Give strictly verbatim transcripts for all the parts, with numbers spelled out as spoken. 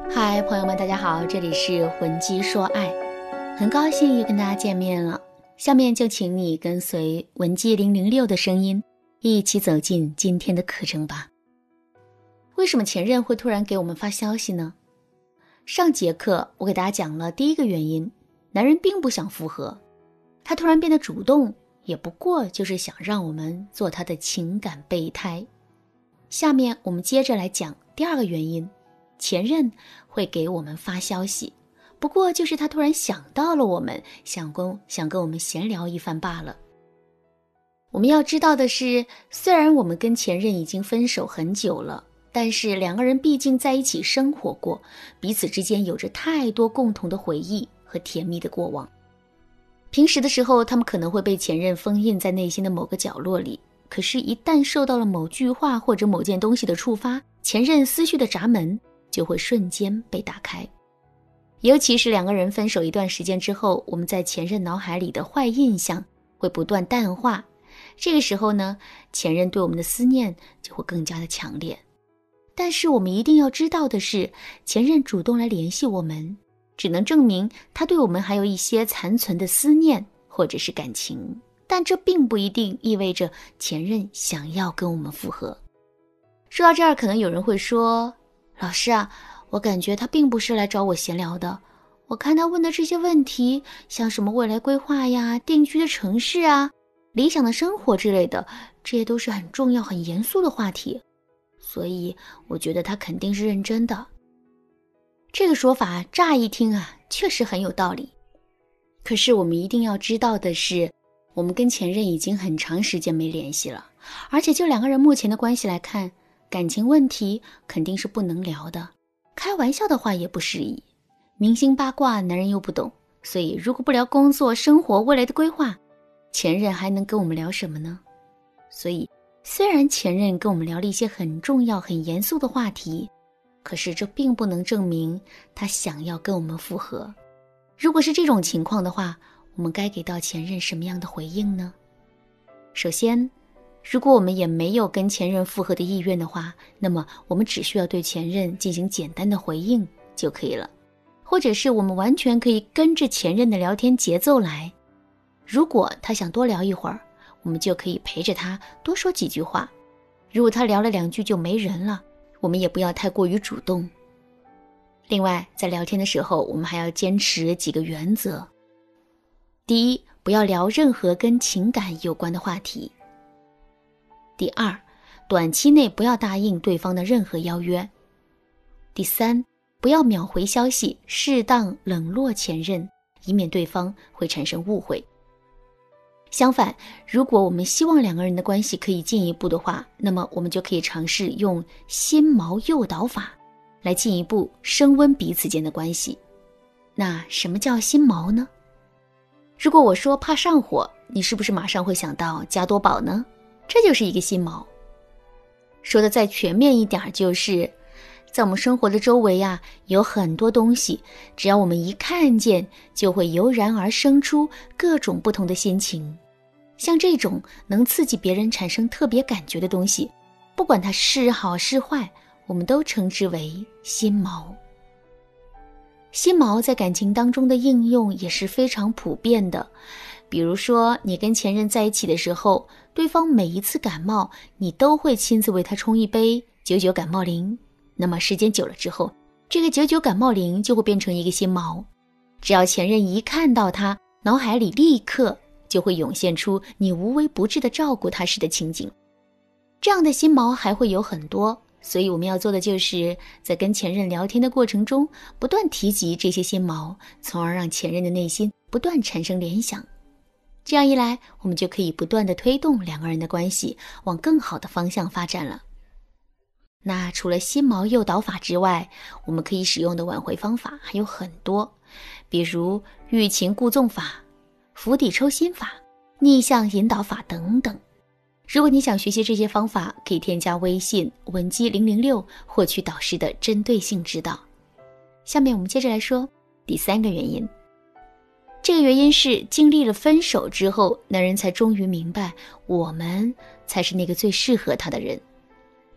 嗨，朋友们，大家好，这里是魂姬说爱，很高兴又跟大家见面了。下面就请你跟随文姬零零六的声音，一起走进今天的课程吧。为什么前任会突然给我们发消息呢？上节课我给大家讲了第一个原因，男人并不想复合，他突然变得主动，也不过就是想让我们做他的情感备胎。下面我们接着来讲第二个原因，前任会给我们发消息，不过就是他突然想到了我们，想跟想跟我们闲聊一番罢了。我们要知道的是，虽然我们跟前任已经分手很久了，但是两个人毕竟在一起生活过，彼此之间有着太多共同的回忆和甜蜜的过往。平时的时候，他们可能会被前任封印在内心的某个角落里，可是一旦受到了某句话或者某件东西的触发，前任思绪的闸门就会瞬间被打开。尤其是两个人分手一段时间之后，我们在前任脑海里的坏印象会不断淡化，这个时候呢，前任对我们的思念就会更加的强烈。但是我们一定要知道的是，前任主动来联系我们，只能证明他对我们还有一些残存的思念或者是感情，但这并不一定意味着前任想要跟我们复合。说到这儿，可能有人会说，老师啊，我感觉他并不是来找我闲聊的，我看他问的这些问题，像什么未来规划呀、定居的城市啊、理想的生活之类的，这些都是很重要很严肃的话题，所以我觉得他肯定是认真的。这个说法乍一听啊，确实很有道理。可是我们一定要知道的是，我们跟前任已经很长时间没联系了，而且就两个人目前的关系来看，感情问题肯定是不能聊的，开玩笑的话也不适宜，明星八卦男人又不懂，所以如果不聊工作、生活、未来的规划，前任还能跟我们聊什么呢？所以虽然前任跟我们聊了一些很重要很严肃的话题，可是这并不能证明他想要跟我们复合。如果是这种情况的话，我们该给到前任什么样的回应呢？首先，如果我们也没有跟前任复合的意愿的话，那么我们只需要对前任进行简单的回应就可以了，或者是我们完全可以跟着前任的聊天节奏来。如果他想多聊一会儿，我们就可以陪着他多说几句话，如果他聊了两句就没人了，我们也不要太过于主动。另外，在聊天的时候，我们还要坚持几个原则。第一，不要聊任何跟情感有关的话题。第二，短期内不要答应对方的任何邀约。第三，不要秒回消息，适当冷落前任，以免对方会产生误会。相反，如果我们希望两个人的关系可以进一步的话，那么我们就可以尝试用心锚诱导法来进一步升温彼此间的关系。那什么叫心锚呢？如果我说怕上火，你是不是马上会想到加多宝呢？这就是一个心锚。说的再全面一点，就是在我们生活的周围啊，有很多东西，只要我们一看见，就会油然而生出各种不同的心情。像这种能刺激别人产生特别感觉的东西，不管它是好是坏，我们都称之为心锚。心锚在感情当中的应用也是非常普遍的，比如说你跟前任在一起的时候，对方每一次感冒，你都会亲自为他冲一杯九九感冒灵，那么时间久了之后，这个九九感冒灵就会变成一个心锚，只要前任一看到他，脑海里立刻就会涌现出你无微不至的照顾他时的情景。这样的心锚还会有很多，所以我们要做的就是在跟前任聊天的过程中，不断提及这些心锚，从而让前任的内心不断产生联想。这样一来，我们就可以不断地推动两个人的关系往更好的方向发展了。那除了心锚诱导法之外，我们可以使用的挽回方法还有很多，比如欲擒故纵法、釜底抽薪法、逆向引导法等等。如果你想学习这些方法，可以添加微信文姬零零六获取导师的针对性指导。下面我们接着来说第三个原因。这个原因是经历了分手之后，男人才终于明白我们才是那个最适合他的人。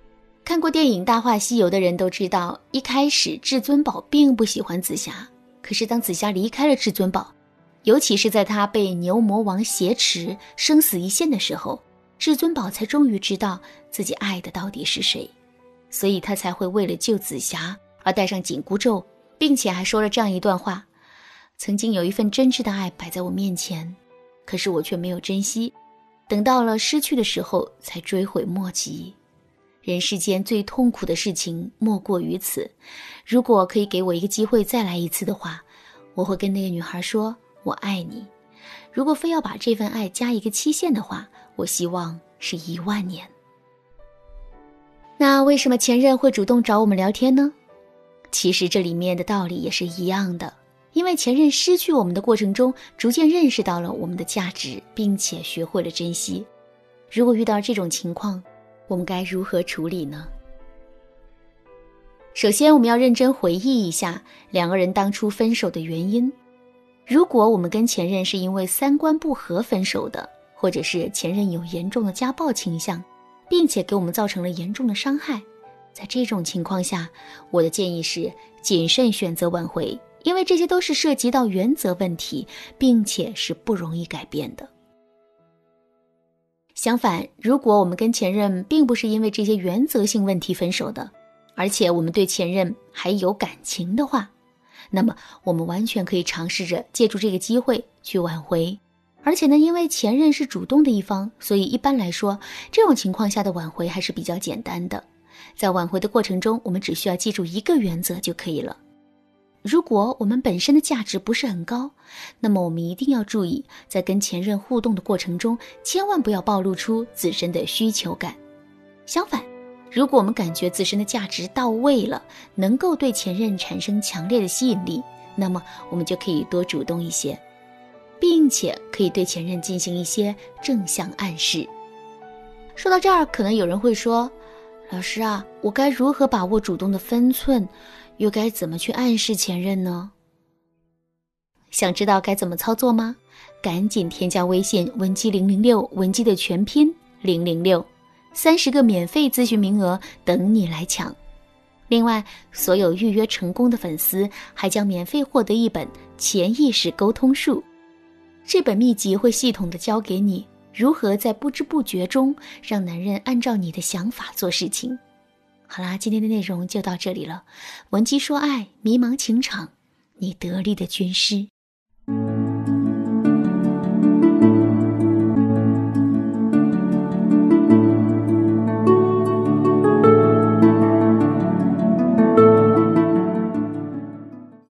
看过电影《大话西游》的人都知道，一开始至尊宝并不喜欢紫霞，可是当紫霞离开了至尊宝，尤其是在他被牛魔王挟持生死一线的时候，至尊宝才终于知道自己爱的到底是谁，所以他才会为了救紫霞而戴上紧箍咒，并且还说了这样一段话：曾经有一份真挚的爱摆在我面前，可是我却没有珍惜，等到了失去的时候才追悔莫及。人世间最痛苦的事情莫过于此，如果可以给我一个机会再来一次的话，我会跟那个女孩说我爱你。如果非要把这份爱加一个期限的话，我希望是一万年。那为什么前任会主动找我们聊天呢？其实这里面的道理也是一样的，因为前任失去我们的过程中，逐渐认识到了我们的价值，并且学会了珍惜。如果遇到这种情况，我们该如何处理呢？首先，我们要认真回忆一下两个人当初分手的原因。如果我们跟前任是因为三观不合分手的，或者是前任有严重的家暴倾向，并且给我们造成了严重的伤害，在这种情况下，我的建议是谨慎选择挽回，因为这些都是涉及到原则问题，并且是不容易改变的。相反，如果我们跟前任并不是因为这些原则性问题分手的，而且我们对前任还有感情的话，那么我们完全可以尝试着借助这个机会去挽回。而且呢，因为前任是主动的一方，所以一般来说，这种情况下的挽回还是比较简单的。在挽回的过程中，我们只需要记住一个原则就可以了。如果我们本身的价值不是很高，那么我们一定要注意，在跟前任互动的过程中，千万不要暴露出自身的需求感。相反，如果我们感觉自身的价值到位了，能够对前任产生强烈的吸引力，那么我们就可以多主动一些，并且可以对前任进行一些正向暗示。说到这儿，可能有人会说，老师啊，我该如何把握主动的分寸，又该怎么去暗示前任呢？想知道该怎么操作吗？赶紧添加微信文姬零零六，文姬的全拼零零六，三十个免费咨询名额等你来抢。另外，所有预约成功的粉丝还将免费获得一本潜意识沟通术。这本秘籍会系统地教给你如何在不知不觉中让男人按照你的想法做事情。好啦，今天的内容就到这里了。文姬说爱，迷茫情场，你得力的军师。